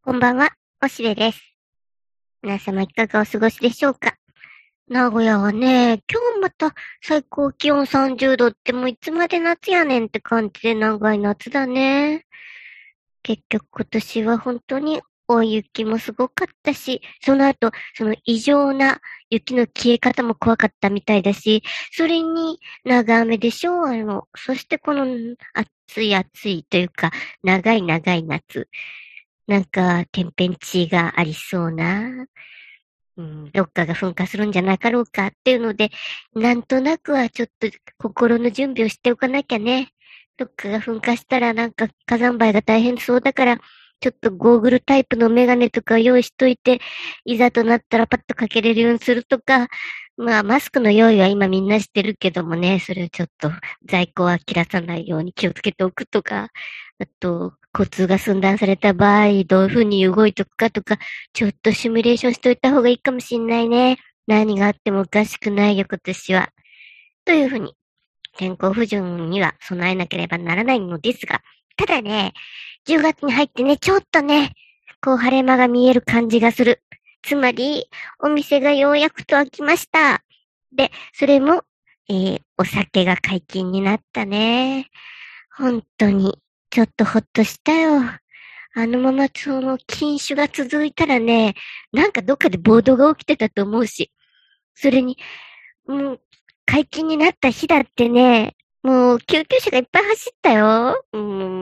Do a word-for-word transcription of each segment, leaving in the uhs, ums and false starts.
こんばんは、おしべです。皆様いかがお過ごしでしょうか。名古屋はね、今日また最高気温さんじゅうどってもういつまで夏やねんって感じで長い夏だね。結局今年は本当に大雪もすごかったし、その後、その異常な雪の消え方も怖かったみたいだし、それに長雨でしょう、あの、そしてこの暑い暑いというか、長い長い夏。なんか、天変地異がありそうな、うん、どっかが噴火するんじゃなかろうかっていうので、なんとなくはちょっと心の準備をしておかなきゃね。どっかが噴火したらなんか火山灰が大変そうだから、ちょっとゴーグルタイプのメガネとか用意しといて、いざとなったらパッとかけれるようにするとか、まあマスクの用意は今みんなしてるけどもね、それをちょっと在庫は切らさないように気をつけておくとか、あと、交通が寸断された場合、どういうふうに動いとくかとか、ちょっとシミュレーションしといた方がいいかもしんないね。何があってもおかしくないよ、今年は。というふうに、天候不順には備えなければならないのですが、ただね、じゅうがつに入ってね、ちょっとね、こう晴れ間が見える感じがする。つまり、お店がようやくと開きました。で、それも、えー、お酒が解禁になったね。本当に、ちょっとほっとしたよ。あのままその禁酒が続いたらね、なんかどっかで暴動が起きてたと思うし。それに、もう、解禁になった日だってね、もう救急車がいっぱい走ったよ。うん、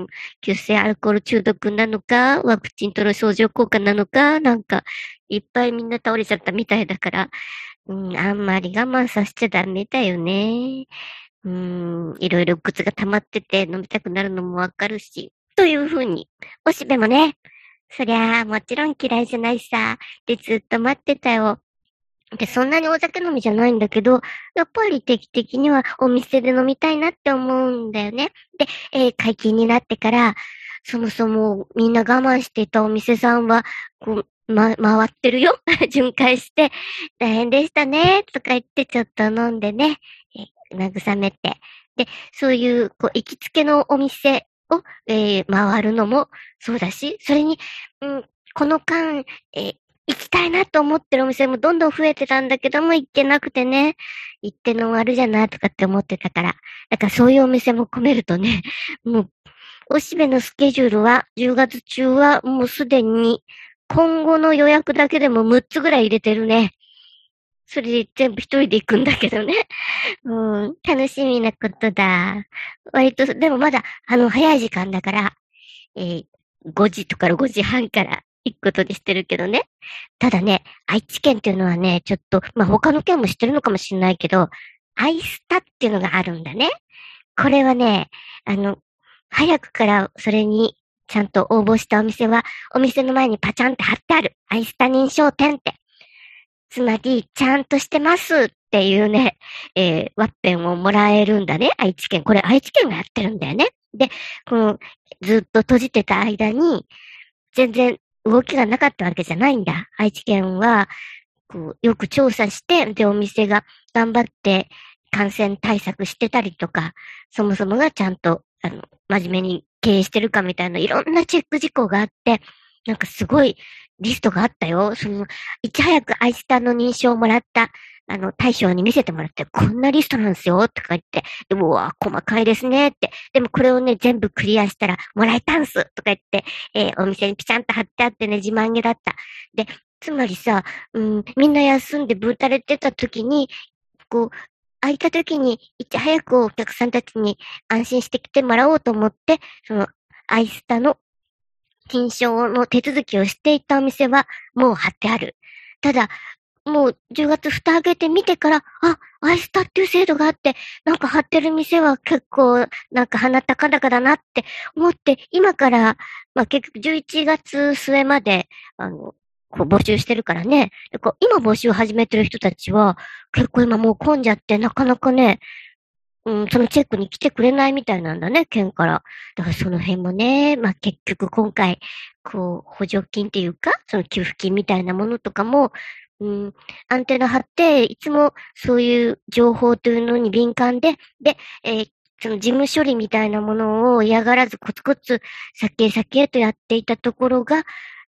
急性アルコール中毒なのか、ワクチンとの相乗効果なのか、なんか、いっぱいみんな倒れちゃったみたいだから、うん、あんまり我慢させちゃダメだよね。うーん、いろいろ靴が溜まってて飲みたくなるのもわかるし。というふうに、おしべもね、そりゃあもちろん嫌いじゃないさ。で、ずっと待ってたよ。で、そんなにお酒飲みじゃないんだけど、やっぱり定期的にはお店で飲みたいなって思うんだよね。で、えー解禁になってから、そもそもみんな我慢していたお店さんは、こう、ま、回ってるよ巡回して、大変でしたね、とか言ってちょっと飲んでね、えー慰めて。で、そういう、こう、行きつけのお店を、えー回るのもそうだし、それに、うん、この間、えー行きたいなと思ってるお店もどんどん増えてたんだけども、行ってなくてね、行っての終わるじゃなとかって思ってたから。だからそういうお店も込めるとね、もう、おしべのスケジュールは、じゅうがつ中はもうすでに、今後の予約だけでもむっつぐらい入れてるね。それで全部一人で行くんだけどね。うん、楽しみなことだ。割と、でもまだ、あの、早い時間だから、えーごじとかごじはんから行くことにしてるけどね。ただね、愛知県っていうのはね、ちょっと、まあ、他の県も知ってるのかもしれないけど、アイスタっていうのがあるんだね。これはね、あの、早くからそれにちゃんと応募したお店は、お店の前にパチャンって貼ってある。アイスタ認証店って。つまり、ちゃんとしてますっていうね、えー、ワッペンをもらえるんだね、愛知県。これ愛知県がやってるんだよね。で、この、ずっと閉じてた間に、全然動きがなかったわけじゃないんだ。愛知県は、こう、よく調査して、で、お店が頑張って感染対策してたりとか、そもそもがちゃんと、あの、真面目に経営してるかみたいないろんなチェック事項があって、なんかすごいリストがあったよ。その、いち早くアイスタの認証をもらった、あの、大将に見せてもらって、こんなリストなんですよ、とか言って、でも、うわ、細かいですね、って。でもこれをね、全部クリアしたら、もらえたんす、とか言って、えーお店にピチャンと貼ってあってね、自慢げだった。で、つまりさ、うん、みんな休んでぶーたれてた時に、こう、空いた時に、いち早くお客さんたちに安心して来てもらおうと思って、その、アイスタの認証の手続きをしていたお店は、もう貼ってある。ただ、もうじゅうがつ蓋開けてみてから、あ、アイスタっていう制度があって、なんか貼ってる店は結構、なんか鼻高々だなって思って、今から、まあ結局じゅういちがつ末まで、あの、こう募集してるからね。でこう今募集始めてる人たちは、結構今もう混んじゃって、なかなかね、うん、そのチェックに来てくれないみたいなんだね、県から。だからその辺もね、まあ結局今回、こう、補助金っていうか、その給付金みたいなものとかも、うん、アンテナ張って、いつもそういう情報というのに敏感で、で、えーその事務処理みたいなものを嫌がらずコツコツ先へ先へとやっていたところが、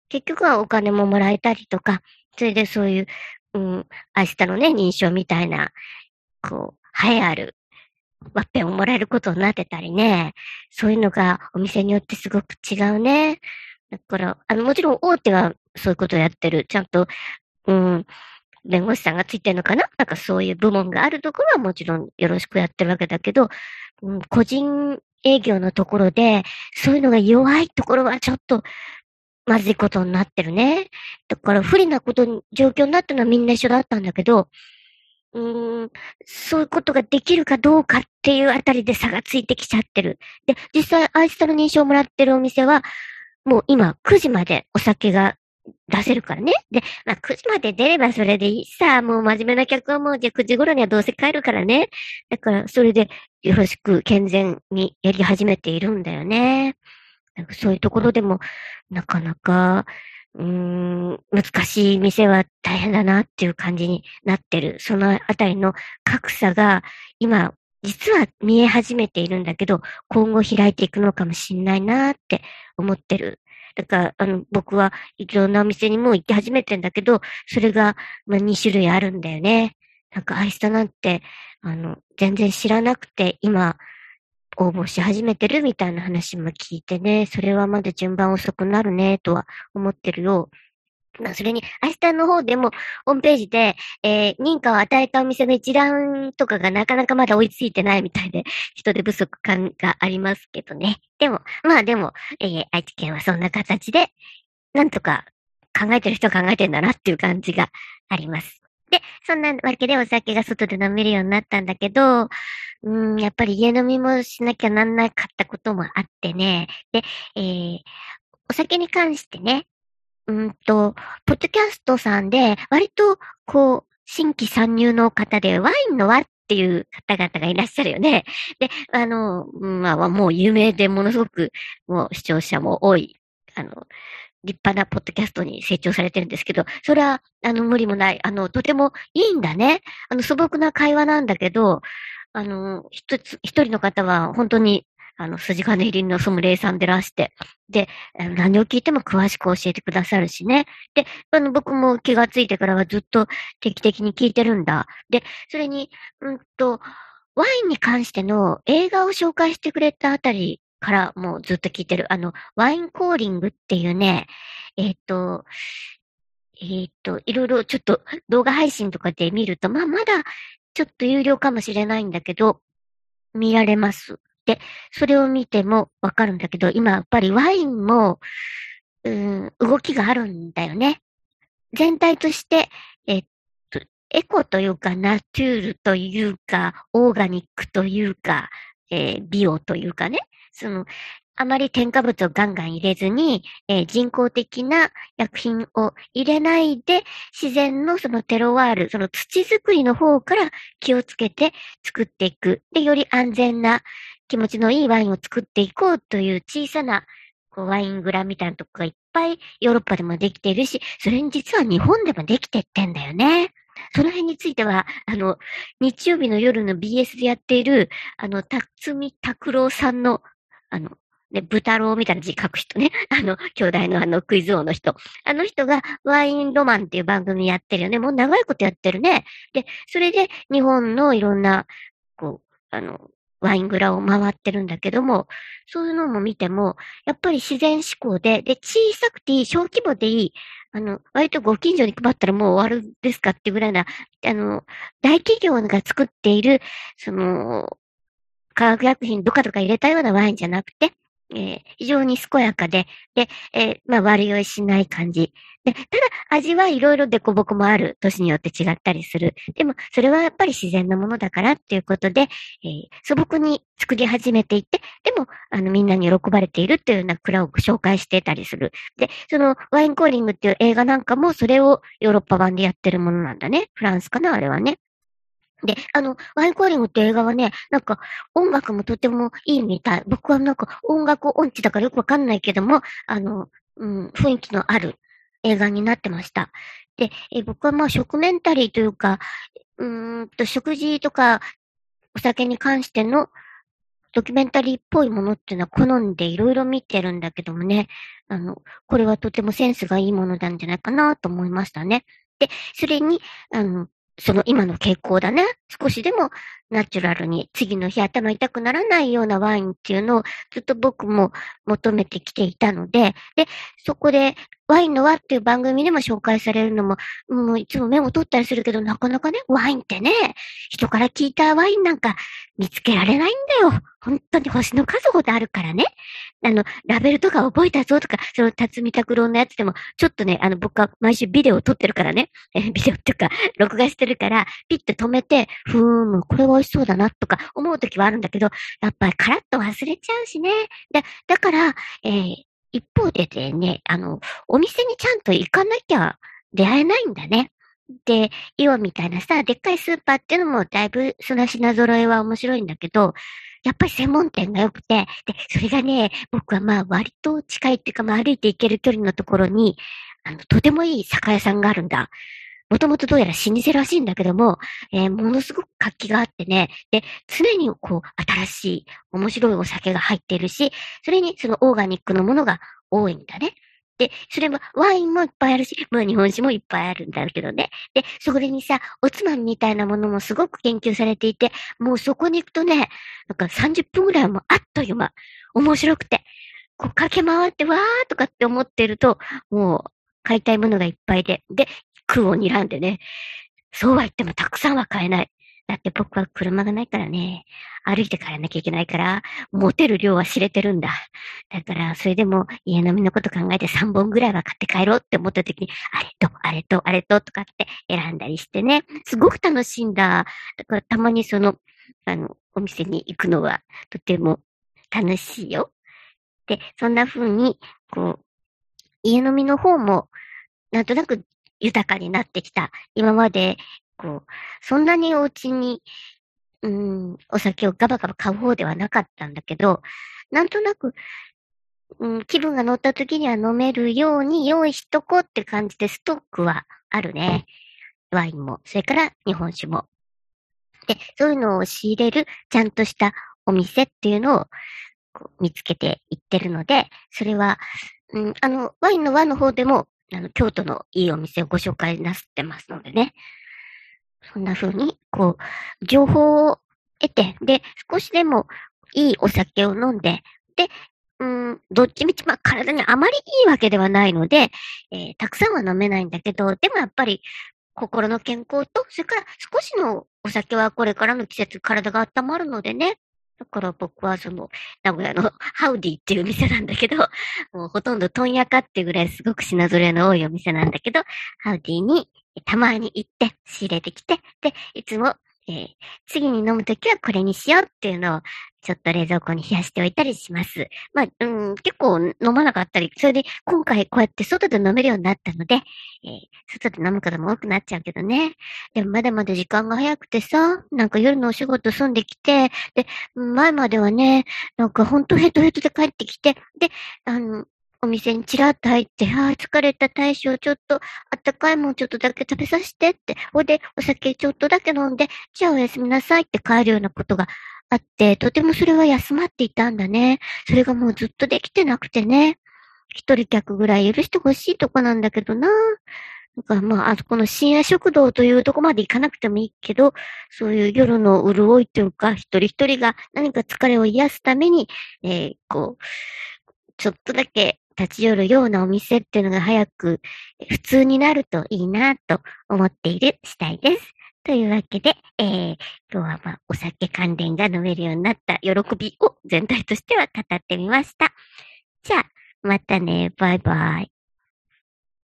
結局はお金ももらえたりとか、それでそういう、うん、アイスタのね、認証みたいな、こう、栄えあるワッペンをもらえることになってたりね。そういうのがお店によってすごく違うね。だから、あの、もちろん大手はそういうことをやってる。ちゃんと、うん、弁護士さんがついてるのかななんかそういう部門があるところはもちろんよろしくやってるわけだけど、うん、個人営業のところで、そういうのが弱いところはちょっとまずいことになってるね。だから不利なことに、状況になったのはみんな一緒だったんだけど、うーん、そういうことができるかどうかっていうあたりで差がついてきちゃってる。で、実際アイスタの認証をもらってるお店は、もう今くじまでお酒が出せるからね。で、まあくじまで出ればそれでいいさ。もう真面目な客はもうじゃあくじ頃にはどうせ帰るからね。だからそれでよろしく健全にやり始めているんだよね。なんかそういうところでもなかなか、うーん、難しい店は大変だなっていう感じになってる。そのあたりの格差が今、実は見え始めているんだけど、今後開いていくのかもしんないなって思ってる。だから、あの、僕はいろんなお店にもう行って始めてんだけど、それが、まあ、に種類あるんだよね。なんかアイスタなんて、あの、全然知らなくて、今、応募し始めてるみたいな話も聞いてね、それはまだ順番遅くなるね、とは思ってるよ。まあ、それに、アイスタの方でも、ホームページで、えー、認可を与えたお店の一覧とかがなかなかまだ追いついてないみたいで、人手不足感がありますけどね。でも、まあでも、えー、愛知県はそんな形で、なんとか考えてる人は考えてんだなっていう感じがあります。で、そんなわけでお酒が外で飲めるようになったんだけど、うん、やっぱり家飲みもしなきゃなんなかったこともあってね。で、えー、お酒に関してね、うんと、ポッドキャストさんで、割と、こう、新規参入の方で、ワインの輪っていう方々がいらっしゃるよね。で、あの、まあ、もう有名でものすごく、もう視聴者も多い、あの、立派なポッドキャストに成長されてるんですけど、それは、あの、無理もない。あの、とてもいいんだね。あの、素朴な会話なんだけど、あの、一つ、一人の方は本当に、あの、筋金入りのソムリエさんでらして、で、あの何を聞いても詳しく教えてくださるしね。で、あの、僕も気がついてからはずっと定期的に聞いてるんだ。で、それに、うんと、ワインに関しての映画を紹介してくれたあたりからもうずっと聞いてる。あの、ワインコーリングっていうね、えっと、えっと、いろいろちょっと動画配信とかで見ると、まあ、まだちょっと有料かもしれないんだけど、見られます。で、それを見てもわかるんだけど、今やっぱりワインも、うーん、動きがあるんだよね。全体として、えっと、エコというか、ナチュールというか、オーガニックというか、えービオというかね、その、あまり添加物をガンガン入れずに、えー人工的な薬品を入れないで、自然のそのテロワール、その土作りの方から気をつけて作っていく。で、より安全な気持ちのいいワインを作っていこうという小さなこうワイン蔵みたいなとこがいっぱいヨーロッパでもできているし、それに実は日本でもできてってんだよね。その辺については、あの、日曜日の夜の ビーエス でやっている、あの、辰巳拓郎さんの、あの、ね、豚郎みたいな字書く人ね。あの、兄弟のあの、クイズ王の人。あの人がワインロマンっていう番組やってるよね。もう長いことやってるね。で、それで日本のいろんな、こう、あの、ワイン蔵を回ってるんだけども、そういうのも見ても、やっぱり自然志向で、で、小さくていい、小規模でいい、あの、割とご近所に配ったらもう終わるですかっていうぐらいな、あの、大企業が作っている、その、化学薬品どかどか入れたようなワインじゃなくて、えー非常に健やかで、で、えーまあ悪酔いしない感じ。で、ただ味はいろいろデコボコもある。年によって違ったりする。でも、それはやっぱり自然なものだからっていうことで、えー素朴に作り始めていって、でも、あの、みんなに喜ばれているっていうような蔵を紹介してたりする。で、その、ワインコーリングっていう映画なんかも、それをヨーロッパ版でやってるものなんだね。フランスかな、あれはね。で、あの、ワインコーリングって映画はね、なんか音楽もとてもいいみたい。僕はなんか音楽音痴だからよくわかんないけども、あの、うん、雰囲気のある映画になってました。で、え僕はまあ食メンタリーというか、うーんと食事とかお酒に関してのドキュメンタリーっぽいものっていうのは好んでいろいろ見てるんだけどもね、あの、これはとてもセンスがいいものなんじゃないかなと思いましたね。で、それに、あの、その今の傾向だね。少しでもナチュラルに次の日頭痛くならないようなワインっていうのをずっと僕も求めてきていたので、で、そこでワインの輪っていう番組でも紹介されるのも、もういつもメモ取ったりするけど、なかなかね、ワインってね、人から聞いたワインなんか見つけられないんだよ。本当に星の数ほどあるからね。あの、ラベルとか覚えたぞとか、その辰巳拓郎のやつでも、ちょっとね、あの、僕は毎週ビデオを撮ってるからね、えビデオっていうか、録画してるから、ピッて止めて、ふーん、これは美味しそうだなとか思うときはあるんだけど、やっぱりカラッと忘れちゃうしね。で、だから、えー、一方でね、あの、お店にちゃんと行かなきゃ出会えないんだね。で、イオンみたいなさ、でっかいスーパーっていうのもだいぶその品揃えは面白いんだけど、やっぱり専門店が良くて、で、それがね、僕はまあ割と近いっていうか、まあ歩いて行ける距離のところに、あの、とてもいい酒屋さんがあるんだ。もともとどうやら老舗らしいんだけども、えー、ものすごく活気があってね、で、常にこう、新しい、面白いお酒が入っているし、それにそのオーガニックのものが多いんだね。で、それもワインもいっぱいあるし、まあ日本酒もいっぱいあるんだけどね。で、そこにさ、おつまみみたいなものもすごく研究されていて、もうそこに行くとね、なんかさんじゅっぷんぐらいもあっという間、面白くて、こう駆け回ってわーとかって思ってると、もう買いたいものがいっぱいで、で、空を睨んでね、そうは言ってもたくさんは買えない。だって僕は車がないからね、歩いて帰らなきゃいけないから、持てる量は知れてるんだ。だから、それでも家飲みのこと考えてさんぼんぐらいは買って帰ろうって思った時に、あれと、あれと、あれととかって選んだりしてね、すごく楽しいんだ。だからたまにその、あの、お店に行くのはとても楽しいよ。で、そんな風に、こう、家飲みの方も、なんとなく豊かになってきた。今まで、こう、そんなにお家に、うん、お酒をガバガバ買う方ではなかったんだけど、なんとなく、うん、気分が乗った時には飲めるように用意しとこうって感じでストックはあるね。ワインも、それから日本酒も。で、そういうのを仕入れるちゃんとしたお店っていうのをこう見つけていってるので、それは、うん、あの、ワインの輪の方でも、あの、京都のいいお店をご紹介なさってますのでね。そんな風に、こう、情報を得て、で、少しでもいいお酒を飲んで、で、うん、どっちみち、まあ、体にあまりいいわけではないので、えーたくさんは飲めないんだけど、でもやっぱり、心の健康と、それから少しのお酒はこれからの季節、体が温まるのでね。だから僕はその、名古屋のハウディっていう店なんだけど、もうほとんど問屋かっていうぐらいすごく品揃えの多いお店なんだけど、ハウディにたまに行って仕入れてきて、で、いつも、えー次に飲むときはこれにしようっていうのを、ちょっと冷蔵庫に冷やしておいたりします。まあ、うん、結構飲まなかったり、それで今回こうやって外で飲めるようになったので、えー外で飲む方も多くなっちゃうけどね。でもまだまだ時間が早くてさ、なんか夜のお仕事済んできて、で、前まではね、なんかほんとヘトヘトで帰ってきて、で、あの、お店にちらっと入って、ああ、疲れた大将、ちょっと、あったかいもんちょっとだけ食べさせてって、ほいで、お酒ちょっとだけ飲んで、じゃあおやすみなさいって帰るようなことがあって、とてもそれは休まっていたんだね。それがもうずっとできてなくてね。一人客ぐらい許してほしいとこなんだけどな。だからまあ、あそこの深夜食堂というとこまで行かなくてもいいけど、そういう夜の潤いというか、一人一人が何か疲れを癒すために、えー、こう、ちょっとだけ立ち寄るようなお店っていうのが早く普通になるといいなと思っている次第です。というわけで、えー、今日はまあ、お酒関連が飲めるようになった喜びを全体としては語ってみました。じゃあ、またね。バイバイ。